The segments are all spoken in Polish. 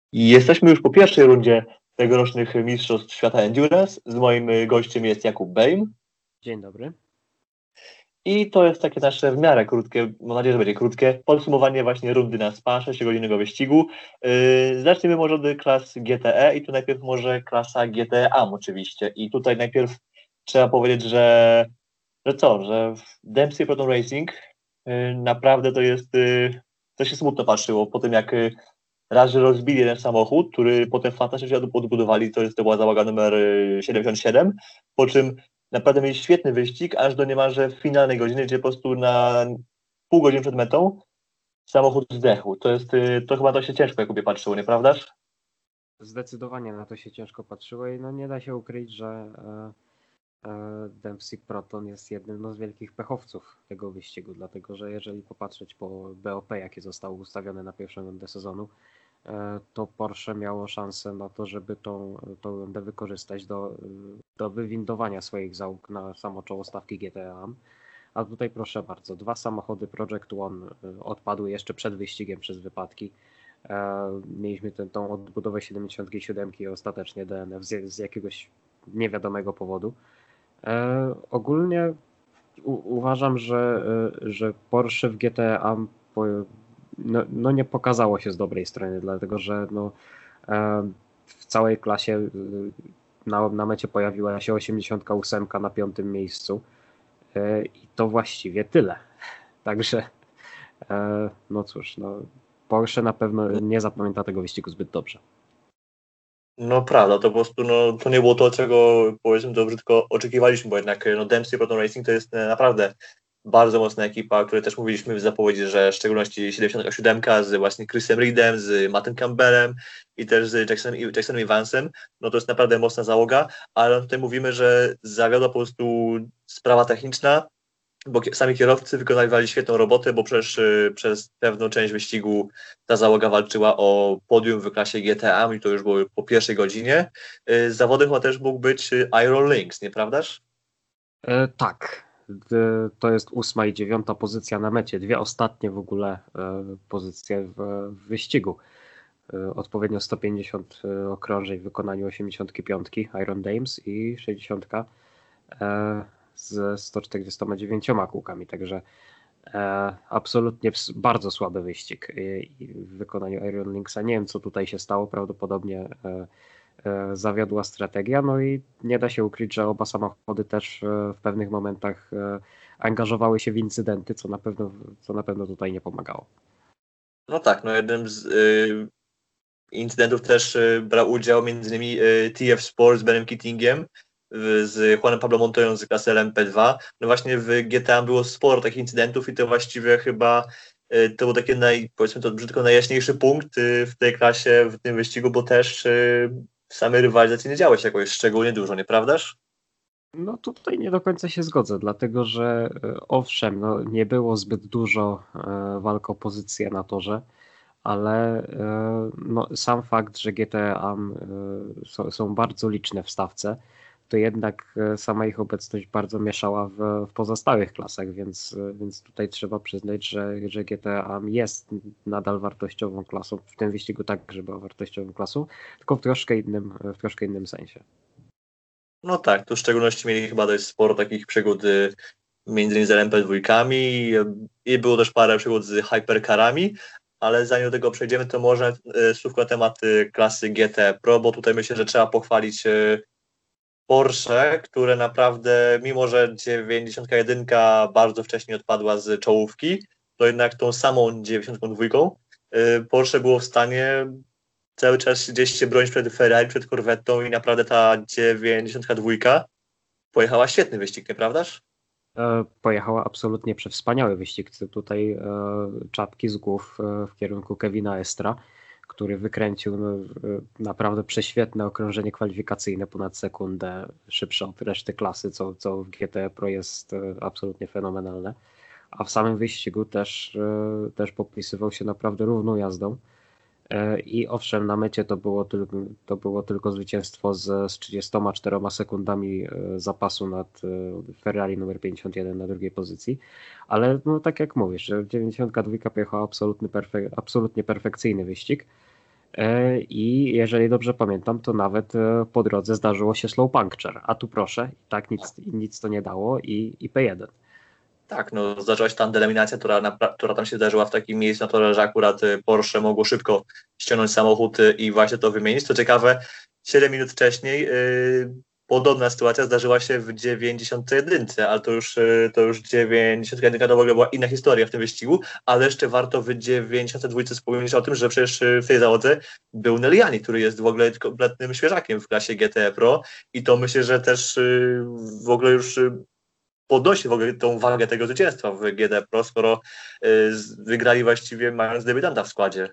I jesteśmy już po pierwszej rundzie tegorocznych Mistrzostw Świata Endurance. Z moim gościem jest Jakub Bejm. Dzień dobry. I to jest takie nasze w miarę krótkie, mam nadzieję, że będzie krótkie, podsumowanie właśnie rundy na SPA 6-godzinnego wyścigu. Zaczniemy może od klas GTE i tu najpierw może klasa GTE AM oczywiście. I tutaj najpierw trzeba powiedzieć, że Dempsey Proton Racing naprawdę to jest, to się smutno patrzyło po tym, jak raz, że rozbili jeden samochód, który potem fantastycznie odbudowali, to była załoga numer 77, po czym naprawdę mieli świetny wyścig, aż do niemalże finalnej godziny, gdzie po prostu na pół godziny przed metą samochód zdechł. To chyba to się ciężko Jakubie patrzyło, nieprawdaż? Zdecydowanie na to się ciężko patrzyło i no nie da się ukryć, że Dempsey Proton jest jednym z wielkich pechowców tego wyścigu, dlatego że jeżeli popatrzeć po BOP, jakie zostało ustawione na pierwszą rundę sezonu, to Porsche miało szansę na to, żeby tą rundę wykorzystać do wywindowania swoich załóg na samo czoło stawki GTA. A tutaj proszę bardzo, 2 samochody Project One odpadły jeszcze przed wyścigiem przez wypadki. Mieliśmy tą odbudowę 77 i ostatecznie DNF z jakiegoś niewiadomego powodu. Ogólnie uważam, że Porsche w GTA nie pokazało się z dobrej strony, dlatego że w całej klasie na mecie pojawiła się 88 na 5. miejscu i to właściwie tyle. Także no cóż, Porsche na pewno nie zapamięta tego wyścigu zbyt dobrze. No prawda, to po prostu to nie było to, czego powiedzmy to brzydko oczekiwaliśmy, bo jednak Dempsey Proton Racing to jest naprawdę bardzo mocna ekipa, o której też mówiliśmy w zapowiedzi, że w szczególności 77 z właśnie Chrisem Reedem, z Mattem Campbellem i też z Jacksonem Evansem, no to jest naprawdę mocna załoga, ale tutaj mówimy, że zawiodła po prostu sprawa techniczna, bo sami kierowcy wykonywali świetną robotę, bo przecież przez pewną część wyścigu ta załoga walczyła o podium w klasie GTA i to już było po pierwszej godzinie. Zawodem chyba też mógł być Iron Lynx, nieprawdaż? Tak. To jest 8. i 9. pozycja na mecie. 2 ostatnie w ogóle pozycje w wyścigu. Odpowiednio 150 okrążeń w wykonaniu 85 Iron Dames i 60 z 149 kółkami. Także absolutnie bardzo słaby wyścig w wykonaniu Iron Lynxa. Nie wiem, co tutaj się stało. Prawdopodobnie zawiodła strategia, no i nie da się ukryć, że oba samochody też w pewnych momentach angażowały się w incydenty, co na pewno tutaj nie pomagało. No tak, jednym z incydentów też brał udział m.in. TF Sport z Benem Keatingiem, z Juanem Pablo Montoyą z klasy LMP2. No właśnie w GTA było sporo takich incydentów i to właściwie chyba to był taki powiedzmy to brzydko najjaśniejszy punkt w tej klasie, w tym wyścigu, bo też w samej rywalizacji nie działo się jakoś szczególnie dużo, nieprawdaż? No tutaj nie do końca się zgodzę, dlatego że owszem, nie było zbyt dużo walk o pozycję na torze, ale sam fakt, że GTA są bardzo liczne w stawce, to jednak sama ich obecność bardzo mieszała w pozostałych klasach, więc tutaj trzeba przyznać, że GTA jest nadal wartościową klasą, w tym wyścigu także była wartościową klasą, tylko w troszkę innym sensie. No tak, tu w szczególności mieli chyba dość sporo takich przygód między innymi z LMP2 i było też parę przygód z hypercarami, ale zanim do tego przejdziemy, to może słówko na temat klasy GT Pro, bo tutaj myślę, że trzeba pochwalić Porsche, które naprawdę, mimo że 91 bardzo wcześnie odpadła z czołówki, to jednak tą samą 92 Porsche było w stanie cały czas gdzieś się bronić przed Ferrari, przed Corvettą i naprawdę ta 92 pojechała świetny wyścig, nieprawdaż? Pojechała absolutnie przewspaniały wyścig. Tutaj czapki z głów w kierunku Kevina Estra, który wykręcił naprawdę prześwietne okrążenie kwalifikacyjne, ponad sekundę szybsze od reszty klasy, co w GT Pro jest absolutnie fenomenalne. A w samym wyścigu też popisywał się naprawdę równą jazdą. I owszem, na mecie to było tylko zwycięstwo z 34 sekundami zapasu nad Ferrari numer 51 na drugiej pozycji, ale tak jak mówisz, że 92 pojechała absolutnie perfekcyjny wyścig I jeżeli dobrze pamiętam, to nawet po drodze zdarzyło się slow puncture, a tu proszę, tak nic to nie dało i P1. Tak, no zaczęła się tam delaminacja, która tam się zdarzyła w takim miejscu na torze, że akurat Porsche mogło szybko ściągnąć samochód i właśnie to wymienić. Co ciekawe, 7 minut wcześniej podobna sytuacja zdarzyła się w 91, ale to już 91 to w ogóle była inna historia w tym wyścigu, ale jeszcze warto w 92 wspomnieć o tym, że przecież w tej załodze był Neliani, który jest w ogóle kompletnym świeżakiem w klasie GTE Pro i to myślę, że też w ogóle już podnosi w ogóle tą wagę tego zwycięstwa w GD Pro, skoro wygrali właściwie mając debiutanta w składzie.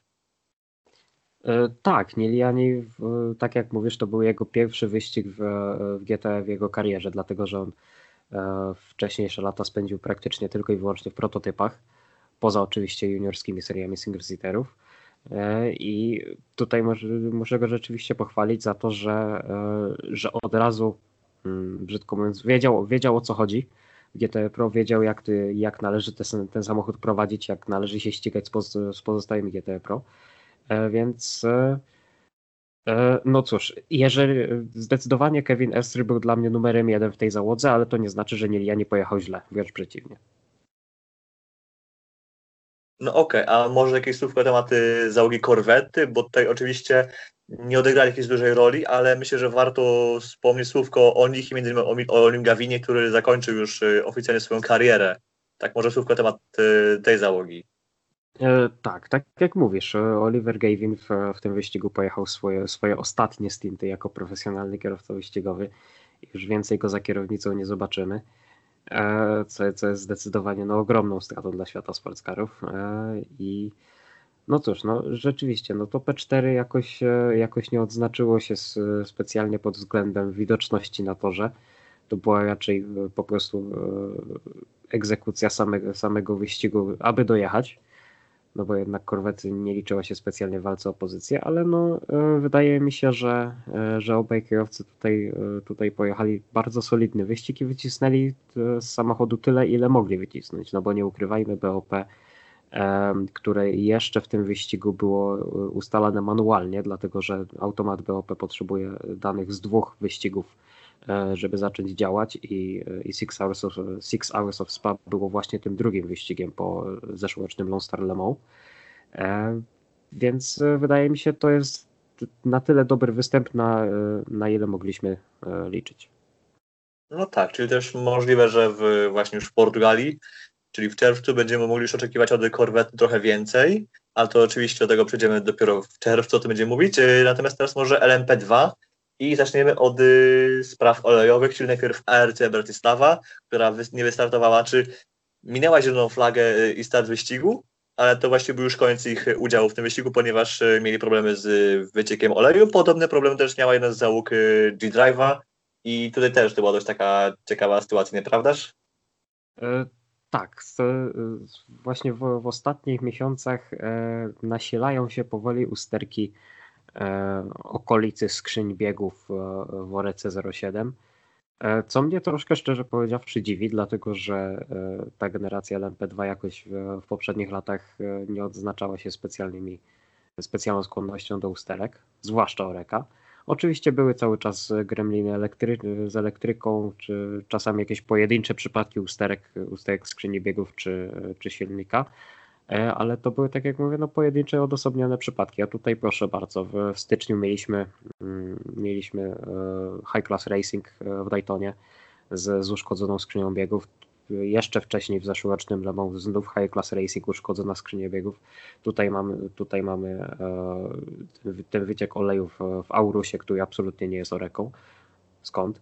Tak, Niliani, tak jak mówisz, to był jego pierwszy wyścig w GTE w jego karierze, dlatego że on wcześniejsze lata spędził praktycznie tylko i wyłącznie w prototypach, poza oczywiście juniorskimi seriami single-seaterów. I tutaj muszę go rzeczywiście pochwalić za to, że od razu, brzydko mówiąc, wiedział o co chodzi. W GTE Pro wiedział, jak należy ten samochód prowadzić, jak należy się ścigać z pozostałymi GTE Pro. Więc no cóż, zdecydowanie Kevin Estre był dla mnie numerem 1 w tej załodze, ale to nie znaczy, że Neliani nie pojechał źle, wręcz przeciwnie. No okej, a może jakieś słówko na temat załogi korwety, bo tutaj oczywiście nie odegrali jakiejś dużej roli, ale myślę, że warto wspomnieć słówko o nich i między innymi o Olim Gavinie, który zakończył już oficjalnie swoją karierę. Tak, może słówko na temat tej załogi. Tak jak mówisz, Oliver Gavin w tym wyścigu pojechał swoje ostatnie stinty jako profesjonalny kierowca wyścigowy. Już więcej go za kierownicą nie zobaczymy, co jest zdecydowanie ogromną stratą dla świata sportskarów. I no cóż, rzeczywiście, to P4 jakoś nie odznaczyło się specjalnie pod względem widoczności na torze. To była raczej po prostu egzekucja samego wyścigu, aby dojechać. No bo jednak korwety nie liczyła się specjalnie w walce o pozycję, ale wydaje mi się, że obaj kierowcy tutaj pojechali bardzo solidny wyścig i wycisnęli z samochodu tyle, ile mogli wycisnąć, no bo nie ukrywajmy, BOP, które jeszcze w tym wyścigu było ustalane manualnie, dlatego że automat BOP potrzebuje danych z 2 wyścigów, żeby zacząć działać i Six Hours of Spa było właśnie tym drugim wyścigiem po zeszłorocznym Lone Star Le Mans. Więc wydaje mi się, to jest na tyle dobry występ, na ile mogliśmy liczyć. No tak, czyli też możliwe, że właśnie już w Portugalii, czyli w czerwcu, będziemy mogli już oczekiwać od korwety trochę więcej, ale to oczywiście do tego przejdziemy dopiero w czerwcu, o tym będziemy mówić. Natomiast teraz może LMP2 i zaczniemy od spraw olejowych, czyli najpierw ARC Bratislava, która nie wystartowała, czy minęła zieloną flagę i start wyścigu, ale to właśnie był już koniec ich udziału w tym wyścigu, ponieważ mieli problemy z wyciekiem oleju. Podobne problemy też miała jedna z załóg G-Drive'a i tutaj też to była dość taka ciekawa sytuacja, nieprawdaż? Tak, właśnie w ostatnich miesiącach nasilają się powoli usterki okolicy skrzyń biegów w Orece 07. Co mnie troszkę szczerze powiedziawszy dziwi, dlatego że ta generacja LMP2 jakoś w poprzednich latach nie odznaczała się specjalną skłonnością do usterek, zwłaszcza Oreka. Oczywiście były cały czas gremliny z elektryką, czy czasami jakieś pojedyncze przypadki usterek skrzyni biegów czy silnika, ale to były, tak jak mówię, pojedyncze, odosobnione przypadki. A tutaj proszę bardzo, w styczniu mieliśmy High Class Racing w Daytonie z uszkodzoną skrzynią biegów. Jeszcze wcześniej w zeszłorocznym Le Mans znów High Class Racing uszkodzona skrzynia biegów. Tutaj mamy ten wyciek oleju w Aurusie, który absolutnie nie jest Oreką. Skąd?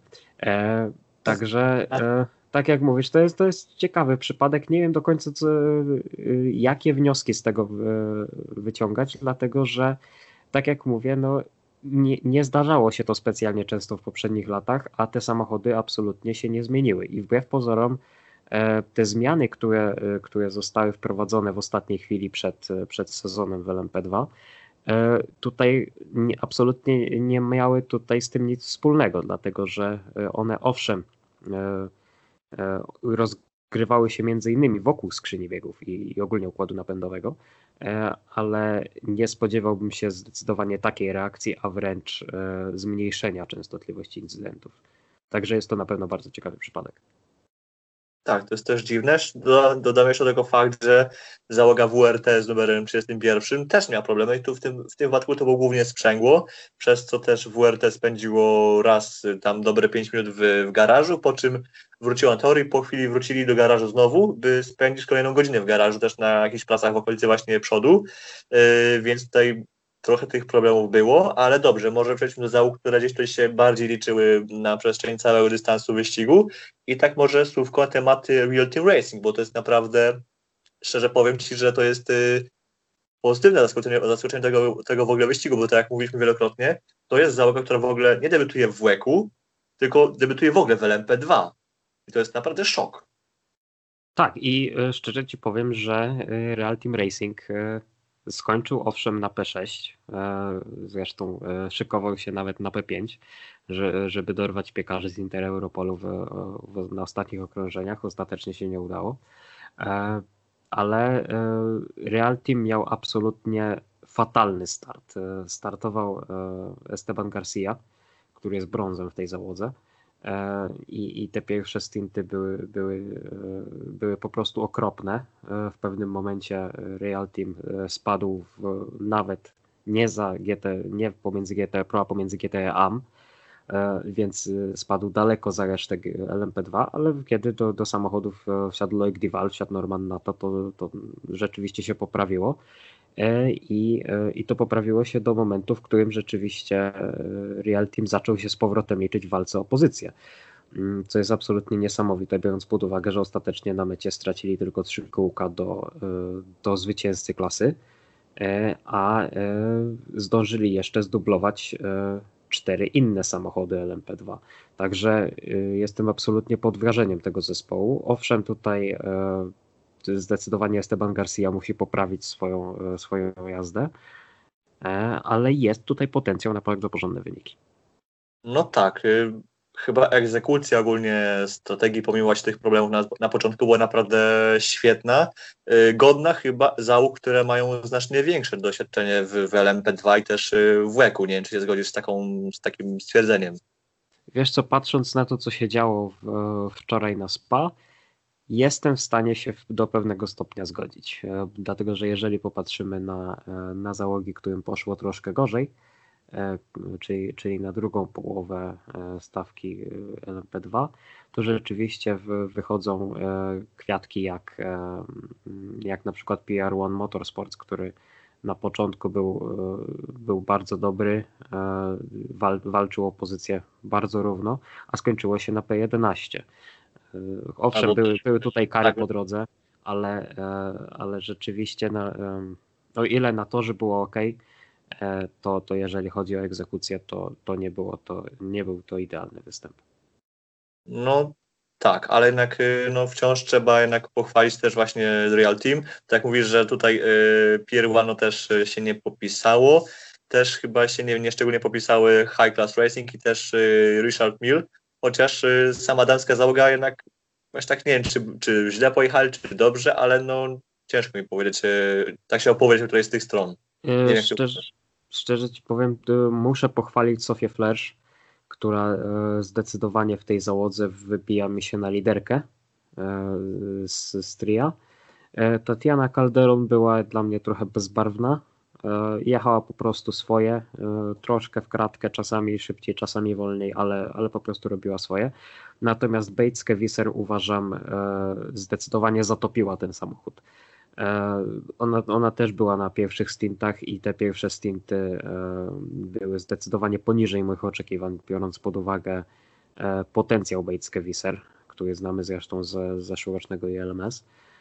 Także tak jak mówisz, to jest ciekawy przypadek. Nie wiem do końca, jakie wnioski z tego wyciągać, dlatego że, tak jak mówię, nie zdarzało się to specjalnie często w poprzednich latach, a te samochody absolutnie się nie zmieniły. I wbrew pozorom te zmiany, które zostały wprowadzone w ostatniej chwili przed sezonem w LMP2, tutaj absolutnie nie miały tutaj z tym nic wspólnego, dlatego że one owszem rozgrywały się między innymi wokół skrzyni biegów i ogólnie układu napędowego, ale nie spodziewałbym się zdecydowanie takiej reakcji, a wręcz zmniejszenia częstotliwości incydentów. Także jest to na pewno bardzo ciekawy przypadek. Tak, to jest też dziwne. Dodam jeszcze do tego fakt, że załoga WRT z numerem 31 też miała problemy i tu w tym wypadku to było głównie sprzęgło, przez co też WRT spędziło raz tam dobre 5 minut w garażu, po czym wróciło na tor i po chwili wrócili do garażu znowu, by spędzić kolejną godzinę w garażu, też na jakichś pracach w okolicy właśnie przodu, więc tutaj trochę tych problemów było, ale dobrze, może przejdźmy do załóg, które gdzieś tutaj się bardziej liczyły na przestrzeni całego dystansu wyścigu. I tak może słówko na tematy Real Team Racing, bo to jest naprawdę, szczerze powiem Ci, że to jest pozytywne zaskoczenie tego w ogóle wyścigu, bo tak jak mówiliśmy wielokrotnie, to jest załoga, która w ogóle nie debiutuje w WEC-u, tylko debiutuje w ogóle w LMP2. I to jest naprawdę szok. Tak, i szczerze Ci powiem, że Real Team Racing skończył owszem na P6, zresztą szykował się nawet na P5, żeby dorwać piekarzy z Inter Europolu na ostatnich okrążeniach. Ostatecznie się nie udało, ale Real Team miał absolutnie fatalny start. Startował Esteban Garcia, który jest brązem w tej załodze. I te pierwsze stinty były po prostu okropne. W pewnym momencie Real Team spadł nawet nie pomiędzy GT Pro, a pomiędzy GT AM, więc spadł daleko za resztę LMP2, ale kiedy do samochodów wsiadł Loic Duval, wsiadł Norman Nato, to rzeczywiście się poprawiło. I to poprawiło się do momentu, w którym rzeczywiście Real Team zaczął się z powrotem liczyć w walce o pozycję, co jest absolutnie niesamowite, biorąc pod uwagę, że ostatecznie na mecie stracili tylko 3 kółka do zwycięzcy klasy, a zdążyli jeszcze zdublować 4 inne samochody LMP2. Także jestem absolutnie pod wrażeniem tego zespołu. Owszem, tutaj zdecydowanie Esteban Garcia musi poprawić swoją jazdę, ale jest tutaj potencjał na bardzo porządne wyniki. No tak, chyba egzekucja ogólnie strategii, pomimo tych problemów na początku, była naprawdę świetna, godna chyba załóg, które mają znacznie większe doświadczenie w LMP2 i też w WEC-u. Nie wiem, czy się zgodzisz z takim stwierdzeniem. Wiesz co, patrząc na to, co się działo wczoraj na Spa, jestem w stanie się do pewnego stopnia zgodzić, dlatego że jeżeli popatrzymy na załogi, którym poszło troszkę gorzej, czyli na drugą połowę stawki LMP2, to rzeczywiście wychodzą kwiatki jak na przykład PR1 Motorsports, który na początku był bardzo dobry, walczył o pozycję bardzo równo, a skończyło się na P11. Owszem, były tutaj kary po drodze, ale rzeczywiście o ile na torze było ok, to jeżeli chodzi o egzekucję, to nie był to idealny występ. No tak, ale jednak wciąż trzeba jednak pochwalić też właśnie Real Team. Tak jak mówisz, że tutaj Pierre też się nie popisało, też chyba się nie szczególnie popisały High Class Racing i też Richard Mille, chociaż sama damska załoga jednak właśnie tak nie wiem, czy źle pojechali, czy dobrze, ale ciężko mi powiedzieć, tak się opowiedzieć tutaj z tych stron. Szczerze Ci powiem, muszę pochwalić Sofię Flerz, która zdecydowanie w tej załodze wybija mi się na liderkę z tria. Tatiana Calderon była dla mnie trochę bezbarwna. Jechała po prostu swoje, troszkę w kratkę, czasami szybciej, czasami wolniej, ale po prostu robiła swoje. Natomiast Bejtske-Visser uważam zdecydowanie zatopiła ten samochód. Ona też była na pierwszych stintach i te pierwsze stinty były zdecydowanie poniżej moich oczekiwań, biorąc pod uwagę potencjał Bejtske-Visser, który znamy zresztą z zeszłorocznego ILMS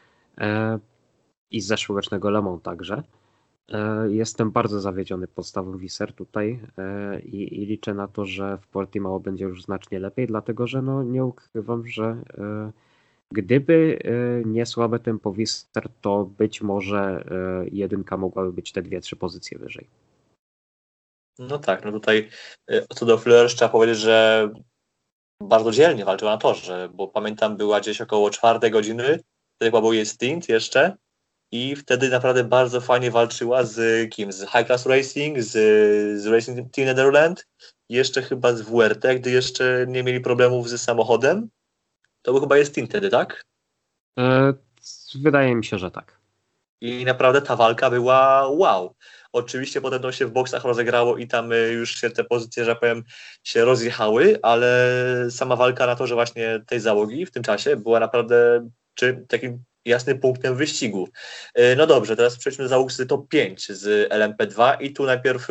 i z zeszłorocznego Le Mans także. Jestem bardzo zawiedziony podstawą Visser tutaj i liczę na to, że w Portimao będzie już znacznie lepiej, dlatego że nie ukrywam, że gdyby nie słabe tempo Visser, to być może jedynka mogłaby być te 2-3 pozycje wyżej. No tak, tutaj co do Fleur trzeba powiedzieć, że bardzo dzielnie walczyła na torze, bo pamiętam, była gdzieś około 4 godziny, wtedy chyba był jej stint jeszcze i wtedy naprawdę bardzo fajnie walczyła z kim? Z High Class Racing, z Racing Team Netherlands, jeszcze chyba z WRT, gdy jeszcze nie mieli problemów ze samochodem. To był chyba jej stint wtedy, tak? Wydaje mi się, że tak. I naprawdę ta walka była wow. Oczywiście potem to się w boksach rozegrało i tam już się te pozycje, że tak powiem, się rozjechały, ale sama walka na torze właśnie tej załogi w tym czasie była naprawdę takim jasnym punktem wyścigu. No dobrze, teraz przejdźmy do załóg z top 5 z LMP2 i tu najpierw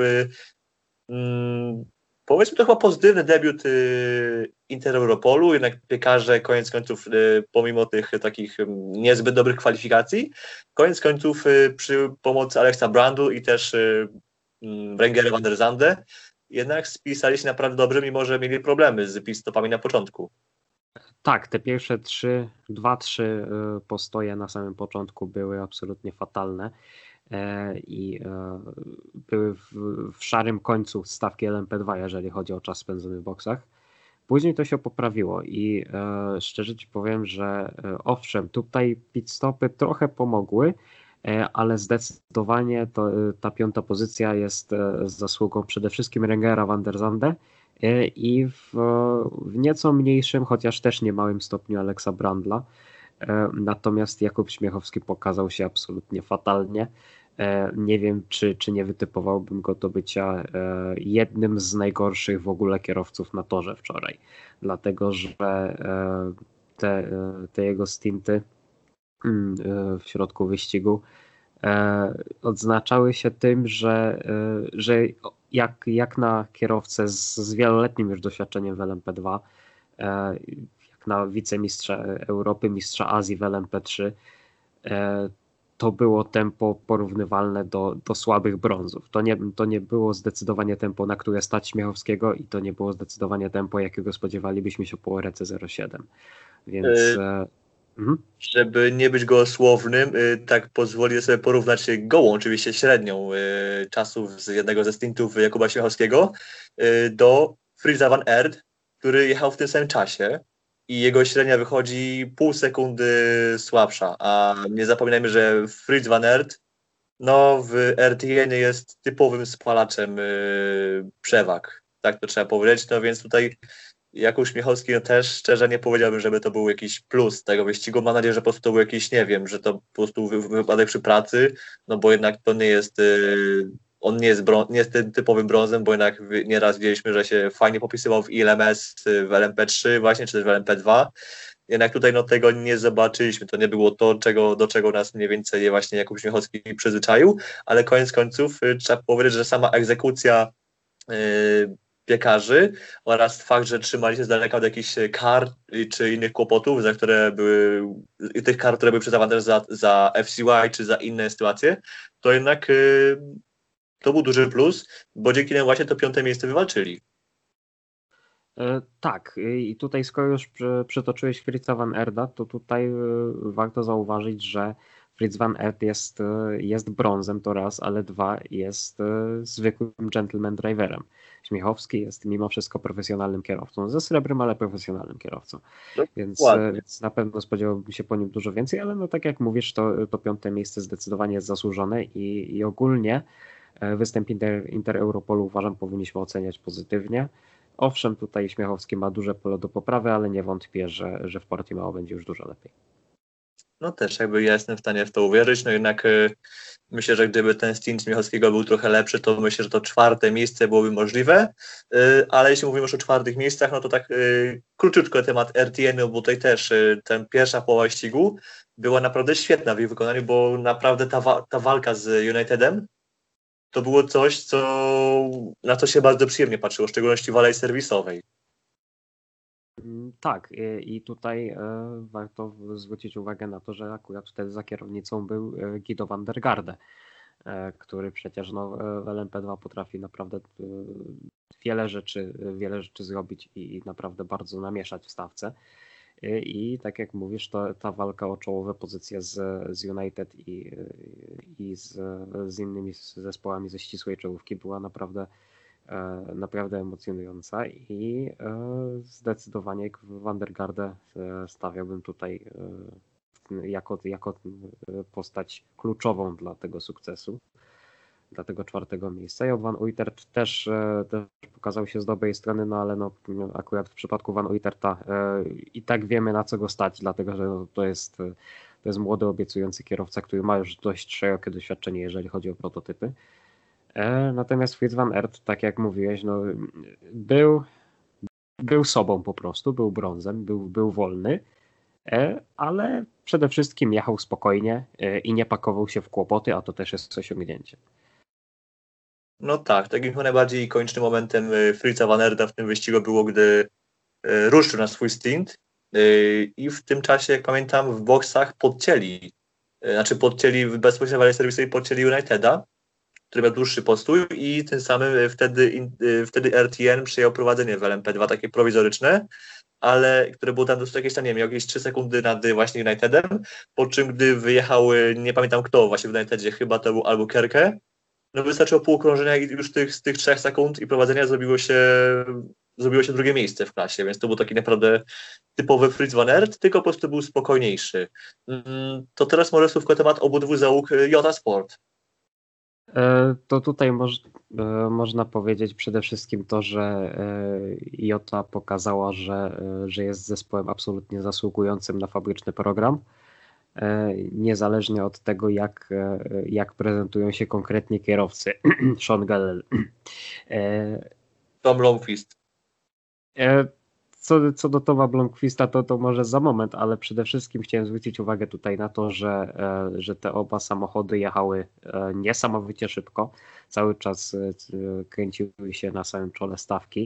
powiedzmy to chyba pozytywny debiut Inter Europolu, jednak piekarze koniec końców pomimo tych takich niezbyt dobrych kwalifikacji, koniec końców przy pomocy Alexa Brandu i też Brengera van der Zande jednak spisali się naprawdę dobrze, mimo że mieli problemy z pit-stopami na początku. Tak, te pierwsze 2-3 postoje na samym początku były absolutnie fatalne i były w szarym końcu stawki LMP2, jeżeli chodzi o czas spędzony w boksach. Później to się poprawiło i szczerze Ci powiem, że owszem, tutaj pit stopy trochę pomogły, ale zdecydowanie ta 5. pozycja jest zasługą przede wszystkim Rengera van der Zande i w nieco mniejszym, chociaż też nie małym stopniu Alexa Brandla. Natomiast Jakub Śmiechowski pokazał się absolutnie fatalnie. Nie wiem, czy nie wytypowałbym go do bycia jednym z najgorszych w ogóle kierowców na torze wczoraj. Dlatego, że te jego stinty w środku wyścigu odznaczały się tym, że jak na kierowcę z wieloletnim już doświadczeniem w LMP2, jak na wicemistrza Europy, mistrza Azji w LMP3, to było tempo porównywalne do słabych brązów. To nie było zdecydowanie tempo, na które stać Śmiechowskiego i to nie było zdecydowanie tempo, jakiego spodziewalibyśmy się po RC 07. Więc... Żeby nie być gołosłownym, tak pozwolę sobie porównać gołą, oczywiście średnią czasów z jednego ze stintów Jakuba Śmiechowskiego do Friza van Aert, który jechał w tym samym czasie i jego średnia wychodzi pół sekundy słabsza, a nie zapominajmy, że Fritz van Aert no, w RTN jest typowym spalaczem przewag, tak to trzeba powiedzieć, no więc tutaj Jakub Śmiechowski no też szczerze nie powiedziałbym, żeby to był jakiś plus tego wyścigu. Mam nadzieję, że po prostu to był jakiś, nie wiem, że to po prostu wypadek przy pracy, no bo jednak to nie jest, on nie jest tym typowym brązem, bo jednak nieraz widzieliśmy, że się fajnie popisywał w ILMS, w LMP3 właśnie, czy też w LMP2. Jednak tutaj no, tego nie zobaczyliśmy, to nie było to, do czego nas mniej więcej właśnie Jakub Śmiechowski przyzwyczaił, ale koniec końców trzeba powiedzieć, że sama egzekucja piekarzy oraz fakt, że trzymali się z daleka od jakichś kar czy innych kłopotów, za które były, tych kar, które były przyznawane za FCY czy za inne sytuacje, to jednak to był duży plus, bo dzięki temu właśnie to 5. miejsce wywalczyli. Tak, i tutaj skoro już przytoczyłeś Fritza van Aerta, to tutaj warto zauważyć, że Fritz van Aert jest brązem, to raz, ale dwa, jest zwykłym gentleman driverem. Śmiechowski jest mimo wszystko profesjonalnym kierowcą, ze srebrem, ale profesjonalnym kierowcą. Więc na pewno spodziewałbym się po nim dużo więcej, ale no tak jak mówisz, to 5. miejsce zdecydowanie jest zasłużone i ogólnie występ Inter Europolu uważam powinniśmy oceniać pozytywnie. Owszem, tutaj Śmiechowski ma duże pole do poprawy, ale nie wątpię, że w Portimao będzie już dużo lepiej. No też jakby ja jestem w stanie w to uwierzyć, no jednak myślę, że gdyby ten stint Śmiechowskiego był trochę lepszy, to myślę, że to 4. miejsce byłoby możliwe, ale jeśli mówimy już o 4. miejscach, no to tak króciutko temat RTN-u, bo tutaj też ta pierwsza połowa ścigu była naprawdę świetna w jej wykonaniu, bo naprawdę ta walka z Unitedem to było coś, na co się bardzo przyjemnie patrzyło, w szczególności w alei serwisowej. Tak, i tutaj warto zwrócić uwagę na to, że akurat wtedy za kierownicą był Guido van der Garde, który przecież no, w LMP2 potrafi naprawdę wiele rzeczy zrobić i naprawdę bardzo namieszać w stawce. I tak jak mówisz, ta walka o czołowe pozycje z United i z innymi zespołami ze ścisłej czołówki była naprawdę naprawdę emocjonująca i zdecydowanie Van der Garde stawiałbym tutaj jako postać kluczową dla tego sukcesu, dla tego 4. miejsca. Ja Van Uytert też pokazał się z dobrej strony, no ale akurat w przypadku Van Uyterta i tak wiemy, na co go stać, dlatego że to jest młody, obiecujący kierowca, który ma już dość szerokie doświadczenie, jeżeli chodzi o prototypy. Natomiast Fritz van Aert, tak jak mówiłeś, no, był sobą po prostu, był brązem, był wolny, ale przede wszystkim jechał spokojnie i nie pakował się w kłopoty, a to też jest osiągnięcie. No tak, takim chyba najbardziej ikonicznym momentem Fritza van Aerta w tym wyścigu było, gdy ruszył na swój stint i w tym czasie, jak pamiętam, w boksach podcięli bezpośrednio w Rally Service podcięli Uniteda, który miał dłuższy postój i tym samym wtedy RTN przyjął prowadzenie w LMP2 takie prowizoryczne, ale które było tam dosyć jakieś tam, nie wiem, jakieś 3 sekundy nad właśnie Unitedem, po czym gdy wyjechał, nie pamiętam kto właśnie w Unitedzie, chyba to był Albuquerque, no wystarczyło pół okrążenia i już z tych 3 sekund i prowadzenia zrobiło się drugie miejsce w klasie, więc to był taki naprawdę typowy Fritz van Aert, tylko po prostu był spokojniejszy. To teraz może słówko temat obydwu załóg Jota Sport. To tutaj można powiedzieć przede wszystkim to, że Jota pokazała, że jest zespołem absolutnie zasługującym na fabryczny program. Niezależnie od tego, jak prezentują się konkretnie kierowcy. Sean Gallel. Tom Blomqvist. Co do Toma Blomqvista, to może za moment, ale przede wszystkim chciałem zwrócić uwagę tutaj na to, że te oba samochody jechały niesamowicie szybko. Cały czas kręciły się na samym czole stawki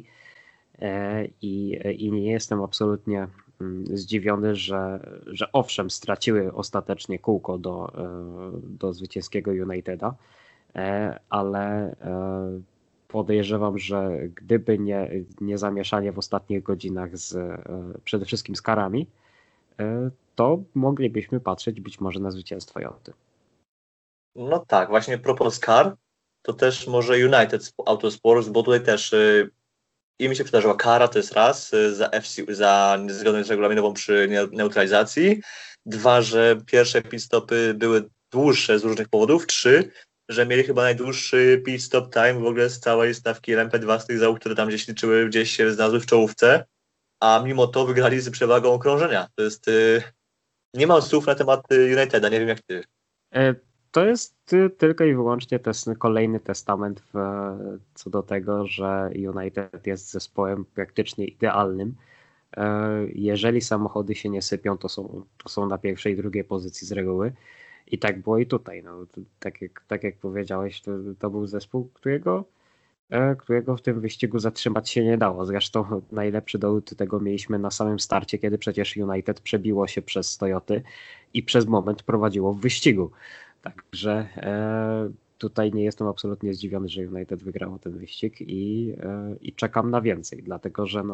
i nie jestem absolutnie zdziwiony, że owszem, straciły ostatecznie kółko do zwycięskiego Uniteda, ale podejrzewam, że gdyby nie zamieszanie w ostatnich godzinach przede wszystkim z karami, to moglibyśmy patrzeć być może na zwycięstwo Joty. No tak, właśnie propos kar, to też może United Autosports, bo tutaj też im się przydarzyła kara, to jest raz, za niezgodność regulaminową przy neutralizacji, 2, że pierwsze pit stopy były dłuższe z różnych powodów, 3, że mieli chyba najdłuższy pit stop time w ogóle z całej stawki LMP2 z tych załóg, które tam gdzieś liczyły, gdzieś się znalazły w czołówce, a mimo to wygrali z przewagą okrążenia. To jest... nie mam słów na temat Uniteda, nie wiem jak ty. To jest tylko i wyłącznie kolejny testament co do tego, że United jest zespołem praktycznie idealnym. Jeżeli samochody się nie sypią, to są na pierwszej i drugiej pozycji z reguły. I tak było i tutaj. No, tak jak powiedziałeś, to był zespół, którego w tym wyścigu zatrzymać się nie dało. Zresztą najlepszy dowód tego mieliśmy na samym starcie, kiedy przecież United przebiło się przez Toyoty i przez moment prowadziło w wyścigu. Także tutaj nie jestem absolutnie zdziwiony, że United wygrało ten wyścig i czekam na więcej, dlatego że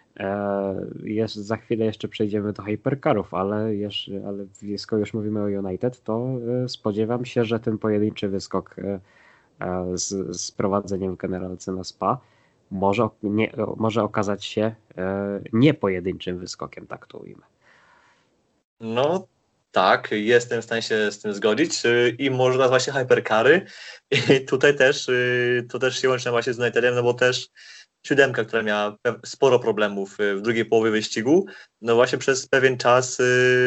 za chwilę jeszcze przejdziemy do hypercarów, ale skoro już mówimy o United, to spodziewam się, że ten pojedynczy wyskok z prowadzeniem w generalce na Spa może okazać się niepojedynczym wyskokiem, tak to ujmę. No tak, jestem w stanie się z tym zgodzić i można właśnie hypercary i tutaj też to też się łączy właśnie z Unitedem, no bo też 7, która miała sporo problemów w drugiej połowie wyścigu, no właśnie przez pewien czas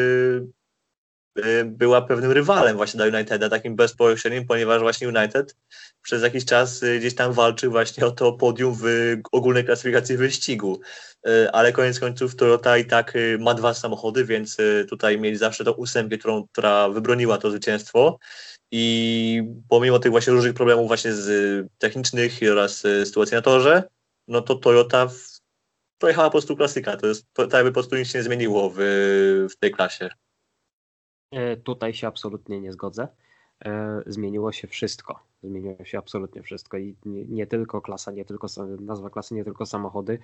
była pewnym rywalem właśnie dla Uniteda, takim bezpośrednim, ponieważ właśnie United przez jakiś czas gdzieś tam walczył właśnie o to podium w ogólnej klasyfikacji wyścigu. Ale koniec końców Toyota i tak ma 2 samochody, więc tutaj mieli zawsze tą 8, która wybroniła to zwycięstwo. I pomimo tych właśnie różnych problemów właśnie z technicznych oraz sytuacji na torze, no to Toyota pojechała po prostu klasyka. To jakby po prostu nic się nie zmieniło w tej klasie. Tutaj się absolutnie nie zgodzę. Zmieniło się wszystko. Zmieniło się absolutnie wszystko i nie tylko klasa, nie tylko nazwa klasy, nie tylko samochody.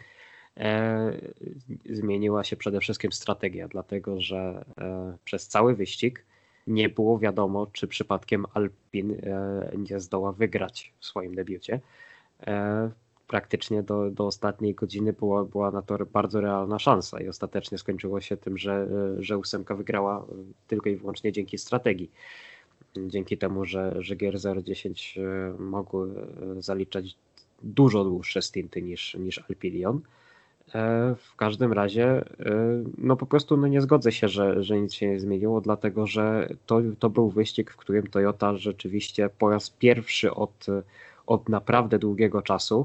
Zmieniła się przede wszystkim strategia, dlatego że przez cały wyścig nie było wiadomo, czy przypadkiem Alpine nie zdoła wygrać w swoim debiucie. praktycznie do ostatniej godziny była na to bardzo realna szansa i ostatecznie skończyło się tym, że 8 wygrała tylko i wyłącznie dzięki strategii. Dzięki temu, że gier 0-10 mogły zaliczać dużo dłuższe stinty niż Alpilion. W każdym razie no po prostu nie zgodzę się, że nic się nie zmieniło, dlatego że to był wyścig, w którym Toyota rzeczywiście po raz pierwszy od naprawdę długiego czasu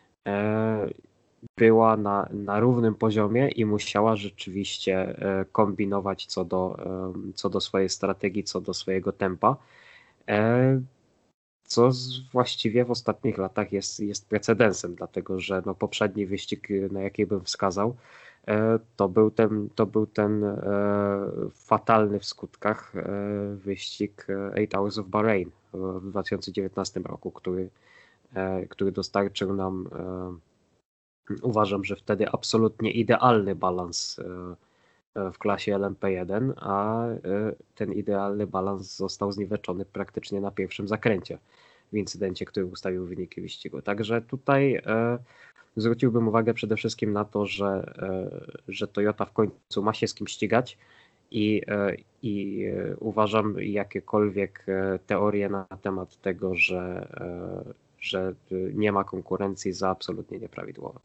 była na równym poziomie i musiała rzeczywiście kombinować co do swojej strategii, co do swojego tempa, co właściwie w ostatnich latach jest precedensem, dlatego że no poprzedni wyścig, na jaki bym wskazał, to był ten fatalny w skutkach wyścig 8 Hours of Bahrain w 2019 roku, który dostarczył nam, uważam, że wtedy absolutnie idealny balans w klasie LMP1, a ten idealny balans został zniweczony praktycznie na pierwszym zakręcie w incydencie, który ustawił wyniki wyścigu. Także tutaj zwróciłbym uwagę przede wszystkim na to, że Toyota w końcu ma się z kim ścigać i uważam jakiekolwiek teorie na temat tego, że nie ma konkurencji za absolutnie nieprawidłowe.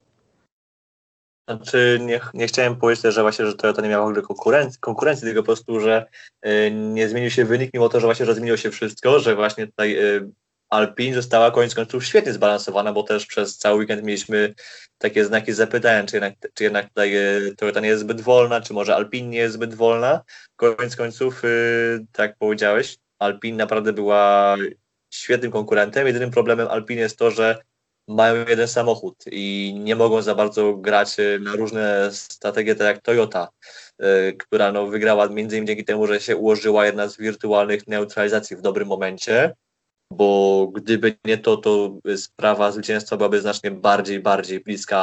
Znaczy nie chciałem powiedzieć też, że właśnie, że Toyota nie miała w ogóle konkurencji, tylko po prostu, że nie zmienił się wynik, mimo to, że właśnie, że zmieniło się wszystko, że właśnie tutaj Alpine została koniec końców świetnie zbalansowana, bo też przez cały weekend mieliśmy takie znaki zapytania, czy jednak tutaj Toyota nie jest zbyt wolna, czy może Alpine nie jest zbyt wolna. Koniec końców, tak jak powiedziałeś, Alpine naprawdę była świetnym konkurentem. Jedynym problemem Alpine jest to, że mają jeden samochód i nie mogą za bardzo grać na różne strategie, tak jak Toyota, która no, wygrała między innymi dzięki temu, że się ułożyła jedna z wirtualnych neutralizacji w dobrym momencie, bo gdyby nie to sprawa zwycięstwa byłaby znacznie bardziej bliska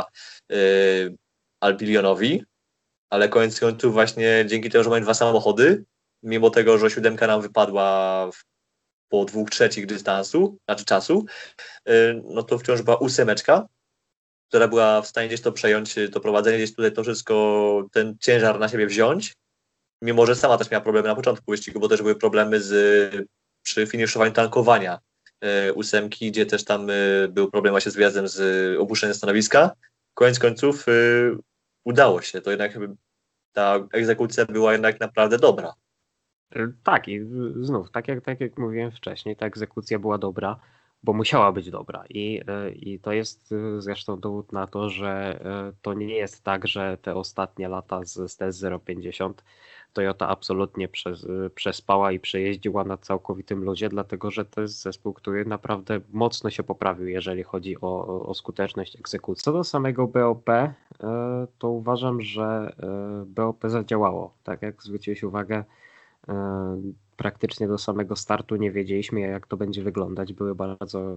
Alpilionowi, ale koniec końców właśnie dzięki temu, że mają dwa samochody, mimo tego, że 7 nam wypadła po 2/3 dystansu, znaczy czasu, no to wciąż była 8, która była w stanie gdzieś to przejąć, to prowadzenie, gdzieś tutaj to wszystko, ten ciężar na siebie wziąć, mimo że sama też miała problemy na początku wyścigu, bo też były problemy przy finiszowaniu tankowania 8, gdzie też tam był problem właśnie z wyjazdem z opuszczenia stanowiska. Koniec końców udało się, to jednak ta egzekucja była jednak naprawdę dobra. Tak, i znów, tak jak mówiłem wcześniej, ta egzekucja była dobra, bo musiała być dobra. I to jest zresztą dowód na to, że to nie jest tak, że te ostatnie lata z TS050 Toyota absolutnie przespała i przejeździła na całkowitym luzie, dlatego że to jest zespół, który naprawdę mocno się poprawił, jeżeli chodzi o skuteczność egzekucji. Co do samego BOP, to uważam, że BOP zadziałało. Tak jak zwróciłeś uwagę, praktycznie do samego startu nie wiedzieliśmy, jak to będzie wyglądać. Były bardzo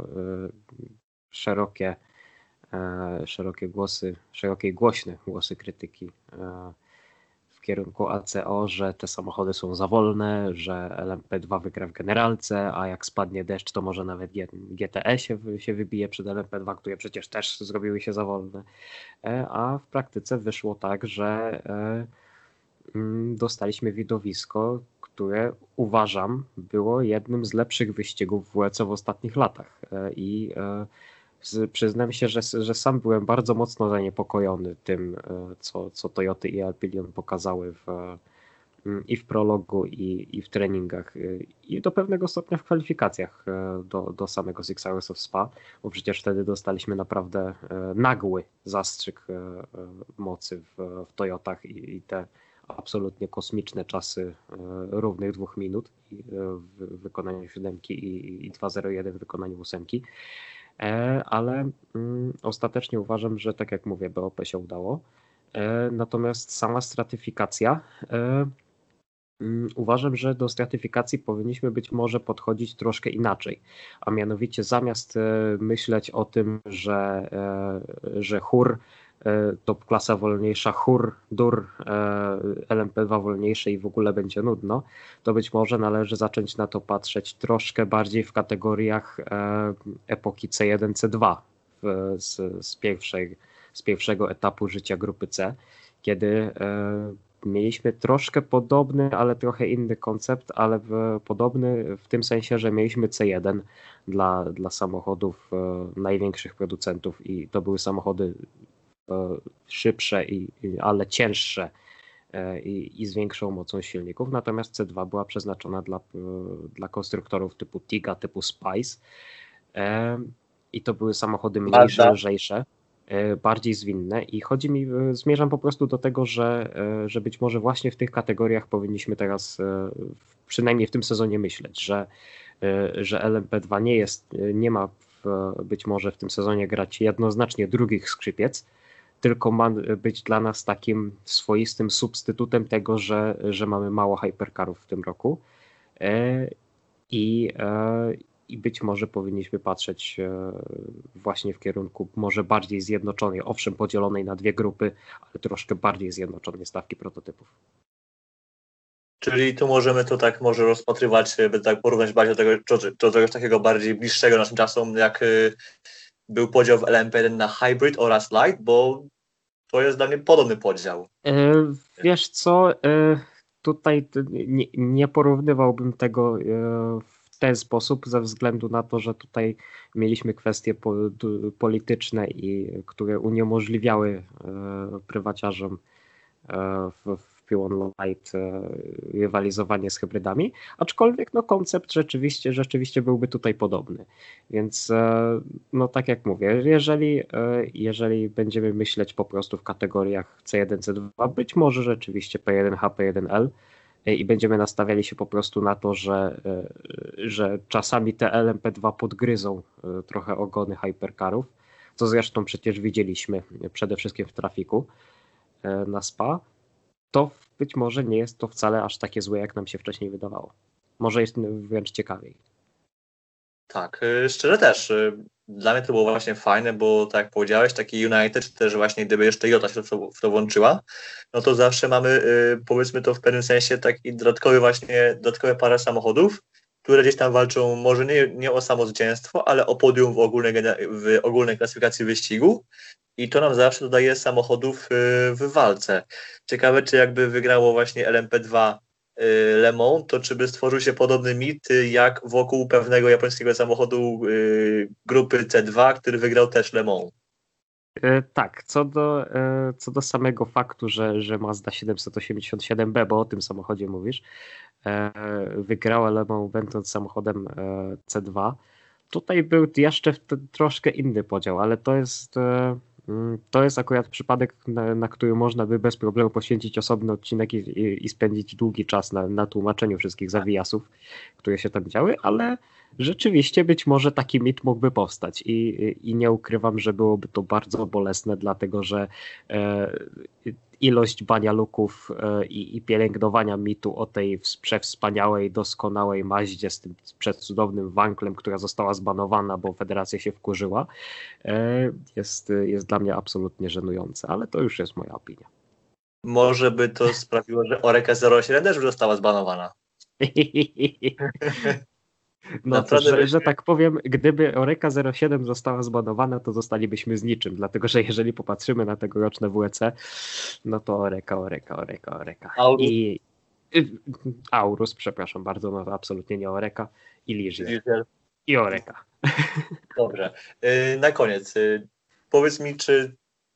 szerokie głosy, głośne głosy krytyki w kierunku ACO, że te samochody są za wolne, że LMP2 wygra w generalce, a jak spadnie deszcz, to może nawet GTE się wybije przed LMP2, które przecież też zrobiły się za wolne. A w praktyce wyszło tak, że dostaliśmy widowisko, które uważam było jednym z lepszych wyścigów w WEC w ostatnich latach. I przyznam się, że sam byłem bardzo mocno zaniepokojony tym, co Toyoty i Alpilion pokazały i w prologu, i w treningach, i do pewnego stopnia w kwalifikacjach do samego Six Hours of Spa, bo przecież wtedy dostaliśmy naprawdę nagły zastrzyk mocy w Toyotach i te absolutnie kosmiczne czasy równych 2 minut w wykonaniu 7 i 2:01 w wykonaniu 8. Ale ostatecznie uważam, że tak jak mówię, BOP się udało. Natomiast sama stratyfikacja, uważam, że do stratyfikacji powinniśmy być może podchodzić troszkę inaczej, a mianowicie zamiast myśleć o tym, że HUR to klasa wolniejsza, HUR, DUR, LMP2 wolniejsze i w ogóle będzie nudno, to być może należy zacząć na to patrzeć troszkę bardziej w kategoriach epoki C1, C2 z pierwszego etapu życia grupy C, kiedy mieliśmy troszkę podobny, ale trochę inny koncept, ale podobny w tym sensie, że mieliśmy C1 dla samochodów największych producentów i to były samochody szybsze, ale cięższe i z większą mocą silników. Natomiast C2 była przeznaczona dla konstruktorów typu Tiga, typu Spice i to były samochody mniejsze, lżejsze, bardziej zwinne i zmierzam po prostu do tego, że być może właśnie w tych kategoriach powinniśmy teraz przynajmniej w tym sezonie myśleć, że LMP2 nie ma być może w tym sezonie grać jednoznacznie drugich skrzypiec, tylko ma być dla nas takim swoistym substytutem tego, że mamy mało hypercarów w tym roku i być może powinniśmy patrzeć właśnie w kierunku może bardziej zjednoczonej, owszem podzielonej na dwie grupy, ale troszkę bardziej zjednoczonej stawki prototypów. Czyli tu możemy to tak może rozpatrywać, by tak porównać bardziej do czegoś takiego bardziej bliższego naszym czasom, jak był podział w LMP1 na Hybrid oraz Light, bo to jest dla mnie podobny podział. Wiesz co, tutaj nie porównywałbym tego w ten sposób ze względu na to, że tutaj mieliśmy kwestie polityczne, które uniemożliwiały prywaciarzom w P1 Light rywalizowanie z hybrydami, aczkolwiek koncept rzeczywiście byłby tutaj podobny. Więc tak jak mówię, jeżeli będziemy myśleć po prostu w kategoriach C1, C2, być może rzeczywiście P1H, P1L i będziemy nastawiali się po prostu na to, że czasami te LMP2 podgryzą trochę ogony hypercarów, co zresztą przecież widzieliśmy przede wszystkim w trafiku na Spa, to być może nie jest to wcale aż takie złe, jak nam się wcześniej wydawało. Może jest wręcz ciekawiej. Tak, szczerze też. Dla mnie to było właśnie fajne, bo tak jak powiedziałeś, taki United, czy też właśnie gdyby jeszcze Jota się w to włączyła, no to zawsze mamy, powiedzmy to w pewnym sensie, taki dodatkowe parę samochodów, które gdzieś tam walczą może nie o samo zwycięstwo, ale o podium w ogólnej klasyfikacji wyścigu. I to nam zawsze dodaje samochodów w walce. Ciekawe, czy jakby wygrało właśnie LMP2 Le Mans, to czy by stworzył się podobny mit jak wokół pewnego japońskiego samochodu grupy C2, który wygrał też Le Mans. Tak, co do samego faktu, że Mazda 787B, bo o tym samochodzie mówisz, wygrała Le Mans będąc samochodem C2, tutaj był jeszcze troszkę inny podział, ale to jest akurat przypadek, na który można by bez problemu poświęcić osobny odcinek i spędzić długi czas na tłumaczeniu wszystkich zawijasów, które się tam działy, ale rzeczywiście być może taki mit mógłby powstać i nie ukrywam, że byłoby to bardzo bolesne, dlatego że ilość banialuków i pielęgnowania mitu o tej przewspaniałej, doskonałej Maździe z tym przecudownym wanklem, która została zbanowana, bo federacja się wkurzyła, jest dla mnie absolutnie żenujące, ale to już jest moja opinia. Może by to sprawiło, że Oreca 07 też już została zbanowana. No to, że tak powiem, gdyby Oreca 07 została zbanowana, to zostalibyśmy z niczym, dlatego że jeżeli popatrzymy na tegoroczne WEC, no to Oreca. Aurus, przepraszam bardzo, no to absolutnie nie Oreca i Ligier. I Oreca. Dobrze. Na koniec, powiedz mi, czy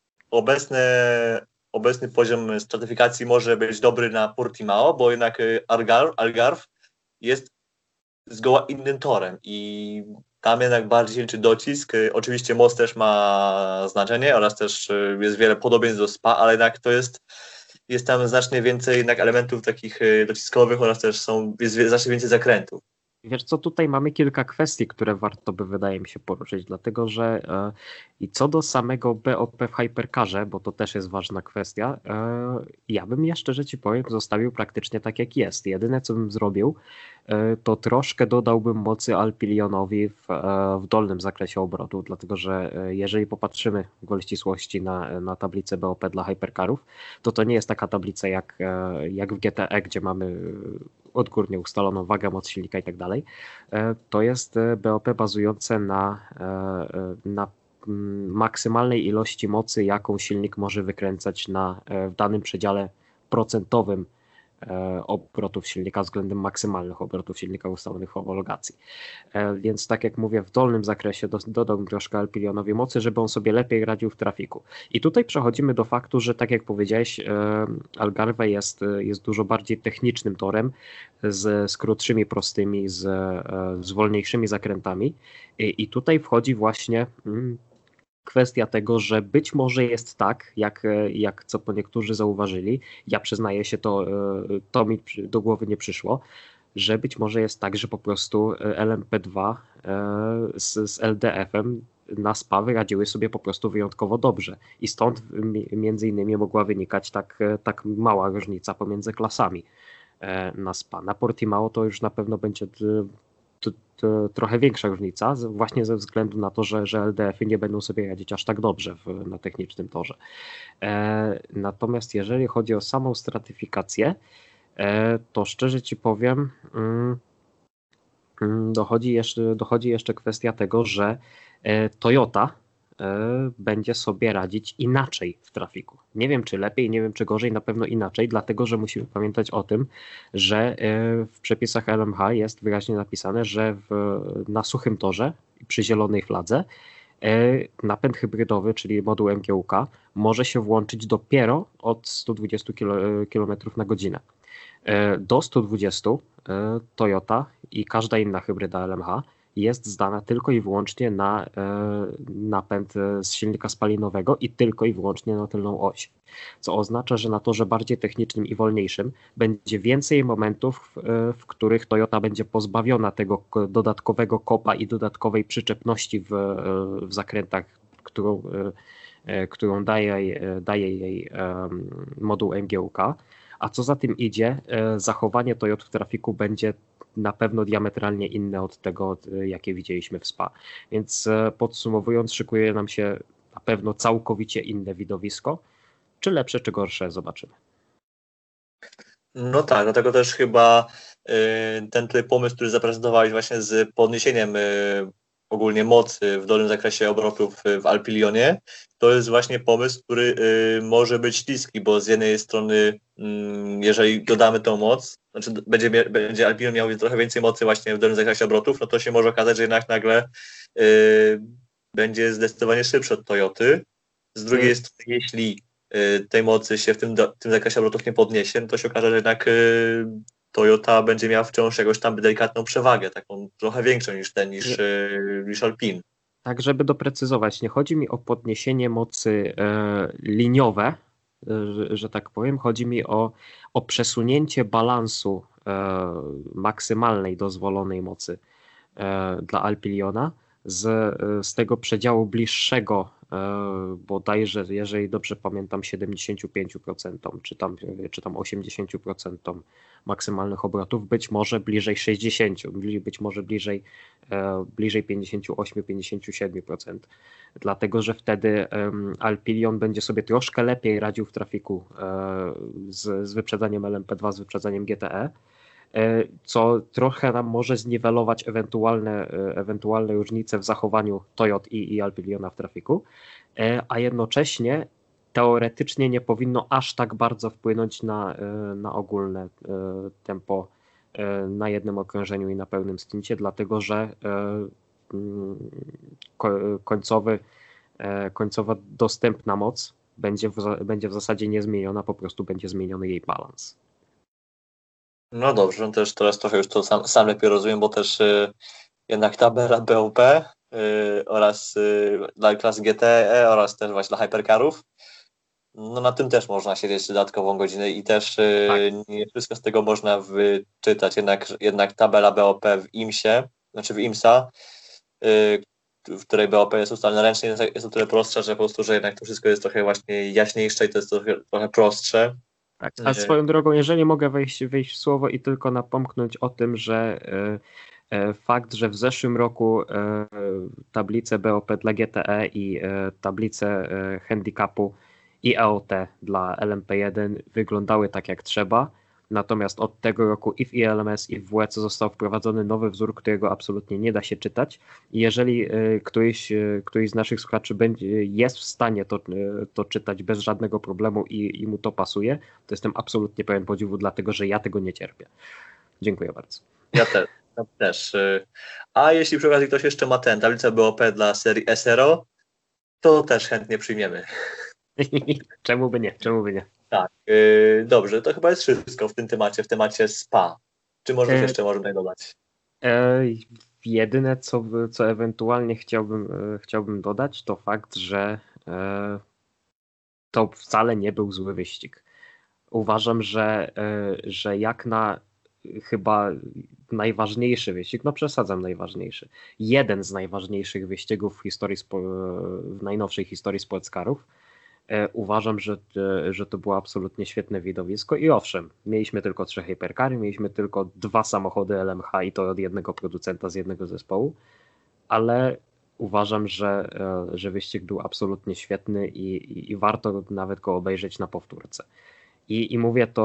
obecny poziom stratyfikacji może być dobry na Portimao, bo jednak Algarve jest zgoła innym torem i tam jednak bardziej liczy docisk. Oczywiście most też ma znaczenie oraz też jest wiele podobieństw do Spa, ale jednak to jest tam znacznie więcej jednak elementów takich dociskowych oraz też jest znacznie więcej zakrętów. Wiesz co, tutaj mamy kilka kwestii, które warto by, wydaje mi się, poruszyć, dlatego że i co do samego BOP w Hypercarze, bo to też jest ważna kwestia, ja bym jeszcze, że ci powiem, zostawił praktycznie tak jak jest. Jedyne co bym zrobił, to troszkę dodałbym mocy Alpilionowi w dolnym zakresie obrotu, dlatego że jeżeli popatrzymy gwoli ścisłości na tablicę BOP dla Hypercarów, to nie jest taka tablica jak w GTE, gdzie mamy odgórnie ustaloną wagę, moc silnika i tak dalej. To jest BOP bazujące na maksymalnej ilości mocy, jaką silnik może wykręcać w danym przedziale procentowym obrotów silnika względem maksymalnych obrotów silnika ustalonych w homologacji. Więc tak jak mówię, w dolnym zakresie dodałbym troszkę Alpilionowi mocy, żeby on sobie lepiej radził w trafiku. I tutaj przechodzimy do faktu, że tak jak powiedziałeś, Algarve jest dużo bardziej technicznym torem, z krótszymi, prostymi, z wolniejszymi zakrętami. I tutaj wchodzi właśnie kwestia tego, że być może jest tak, jak co po niektórzy zauważyli, ja przyznaję się, to mi do głowy nie przyszło, że być może jest tak, że po prostu LMP2 z LDF-em na SPA wyradziły sobie po prostu wyjątkowo dobrze i stąd między innymi mogła wynikać tak mała różnica pomiędzy klasami na SPA. Na Portimao to już na pewno będzie trochę większa różnica, właśnie ze względu na to, że LDF-y nie będą sobie radzić aż tak dobrze na technicznym torze. Natomiast jeżeli chodzi o samą stratyfikację, to szczerze Ci powiem, dochodzi jeszcze kwestia tego, że Toyota będzie sobie radzić inaczej w trafiku. Nie wiem czy lepiej, nie wiem czy gorzej, na pewno inaczej, dlatego że musimy pamiętać o tym, że w przepisach LMH jest wyraźnie napisane, że na suchym torze przy zielonej fladze napęd hybrydowy, czyli moduł MGUK, może się włączyć dopiero od 120 km na godzinę. Do 120 Toyota i każda inna hybryda LMH jest zdana tylko i wyłącznie na napęd z silnika spalinowego i tylko i wyłącznie na tylną oś. Co oznacza, że na torze bardziej technicznym i wolniejszym będzie więcej momentów, w których Toyota będzie pozbawiona tego dodatkowego kopa i dodatkowej przyczepności w zakrętach, którą daje jej moduł MGUK. A co za tym idzie, zachowanie Toyota w trafiku będzie na pewno diametralnie inne od tego, jakie widzieliśmy w SPA. Więc podsumowując, szykuje nam się na pewno całkowicie inne widowisko. Czy lepsze, czy gorsze, zobaczymy. No tak, dlatego też chyba ten tutaj pomysł, który zaprezentowałeś właśnie z podniesieniem ogólnie mocy w dolnym zakresie obrotów w Alpilionie, to jest właśnie pomysł, który może być śliski, bo z jednej strony jeżeli dodamy tą moc, znaczy będzie Alpilion miał trochę więcej mocy właśnie w dolnym zakresie obrotów, no to się może okazać, że jednak nagle będzie zdecydowanie szybszy od Toyoty. Z drugiej strony, jeśli tej mocy się w tym zakresie obrotów nie podniesie, no to się okaże, że jednak Toyota będzie miała wciąż jakąś tam delikatną przewagę, taką trochę większą niż Alpine. Tak, żeby doprecyzować, nie chodzi mi o podniesienie mocy liniowe, że tak powiem, chodzi mi o przesunięcie balansu maksymalnej dozwolonej mocy dla Alpiliona z tego przedziału bliższego, bodajże, jeżeli dobrze pamiętam, 75% czy tam 80% maksymalnych obrotów, być może bliżej 60%, być może bliżej 58-57%. Dlatego, że wtedy Alpilion będzie sobie troszkę lepiej radził w trafiku z wyprzedzaniem LMP2, z wyprzedzaniem GTE, co trochę nam może zniwelować ewentualne różnice w zachowaniu Toyota i Alpiliona w trafiku, a jednocześnie teoretycznie nie powinno aż tak bardzo wpłynąć na ogólne tempo na jednym okrążeniu i na pełnym stincie, dlatego że końcowa dostępna moc będzie w zasadzie niezmieniona, po prostu będzie zmieniony jej balans. No dobrze, też teraz trochę już to sam lepiej rozumiem, bo też jednak tabela BOP oraz dla klas GTE oraz też właśnie dla hypercarów, no na tym też można siedzieć dodatkową godzinę i też nie wszystko z tego można wyczytać, jednak tabela BOP w IMSie, znaczy w IMSA, w której BOP jest ustalone ręcznie, jest o tyle prostsza, że po prostu, że jednak to wszystko jest trochę właśnie jaśniejsze i to jest trochę prostsze. Tak, a swoją drogą, jeżeli mogę wejść w słowo i tylko napomknąć o tym, że fakt, że w zeszłym roku tablice BOP dla GTE i tablice handicapu i EOT dla LMP1 wyglądały tak jak trzeba, Natomiast od tego roku i w ILMS, i w WEC został wprowadzony nowy wzór, którego absolutnie nie da się czytać. I jeżeli któryś z naszych słuchaczy jest w stanie to czytać bez żadnego problemu i mu to pasuje, to jestem absolutnie pełen podziwu, dlatego że ja tego nie cierpię. Dziękuję bardzo. Ja też. A jeśli przy okazji ktoś jeszcze ma tablicę BOP dla serii SRO, to też chętnie przyjmiemy. Czemu by nie? Tak, dobrze, to chyba jest wszystko w tym temacie, w temacie SPA. Czy może coś jeszcze możemy dodać? Jedyne, co ewentualnie chciałbym dodać, to fakt, że to wcale nie był zły wyścig. Uważam, że jak na chyba najważniejszy wyścig, no przesadzam najważniejszy, jeden z najważniejszych wyścigów w najnowszej historii sportscarów, uważam, że to było absolutnie świetne widowisko i owszem, mieliśmy tylko 3 hypercary, mieliśmy tylko 2 samochody LMH i to od jednego producenta z jednego zespołu, ale uważam, że wyścig był absolutnie świetny i warto nawet go obejrzeć na powtórce. I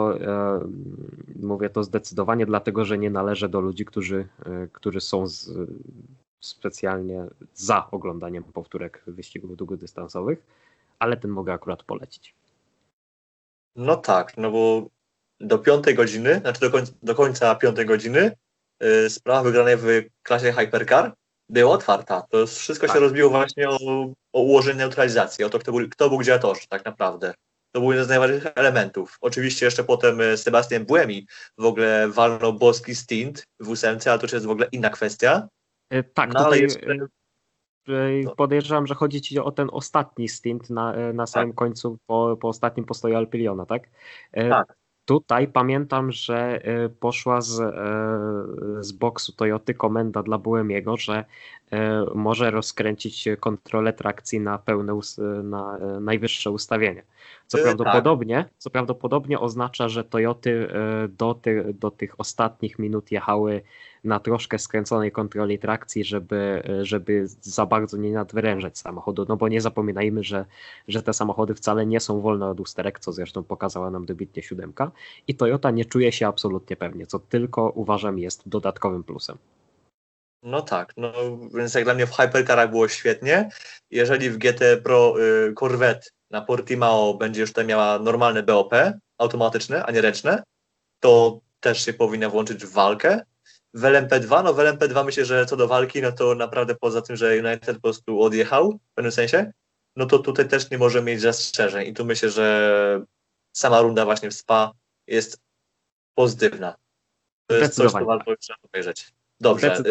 mówię to zdecydowanie dlatego, że nie należę do ludzi, którzy są specjalnie za oglądaniem powtórek wyścigów długodystansowych, ale ten mogę akurat polecić. No tak, no bo do 5 godziny, znaczy do końca 5 godziny sprawa wygranej w klasie Hypercar była otwarta. To wszystko się rozbiło właśnie o ułożenie neutralizacji, o to, kto był gdzie na torze tak naprawdę. To był jeden z najważniejszych elementów. Oczywiście jeszcze potem Sebastian Buemi w ogóle walnął boski stint w 8, ale to już jest w ogóle inna kwestia. Tak, no, ale jeszcze... Podejrzewam, że chodzi ci o ten ostatni stint na samym końcu po ostatnim postoju Alpiliona, tak? Tak. Tutaj pamiętam, że poszła z boksu Toyoty komenda dla Buemiego, że może rozkręcić kontrolę trakcji na na najwyższe ustawienie. Co prawdopodobnie oznacza, że Toyoty do tych ostatnich minut jechały na troszkę skręconej kontroli trakcji, żeby za bardzo nie nadwyrężać samochodu, no bo nie zapominajmy, że te samochody wcale nie są wolne od usterek, co zresztą pokazała nam dobitnie 7 i Toyota nie czuje się absolutnie pewnie, co tylko uważam jest dodatkowym plusem. No tak, no więc jak dla mnie w Hypercarach było świetnie. Jeżeli w GT Pro Corvette na Portimao będzie już tutaj miała normalne BOP, automatyczne, a nie ręczne, to też się powinna włączyć w walkę. W LMP2, no w LMP2 myślę, że co do walki, no to naprawdę poza tym, że United po prostu odjechał w pewnym sensie, no to tutaj też nie może mieć zastrzeżeń i tu myślę, że sama runda właśnie w SPA jest pozytywna. To jest coś, co warto już obejrzeć. Dobrze.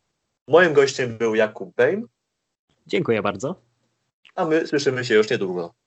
Moim gościem był Jakub Bejm. Dziękuję bardzo. A my słyszymy się już niedługo.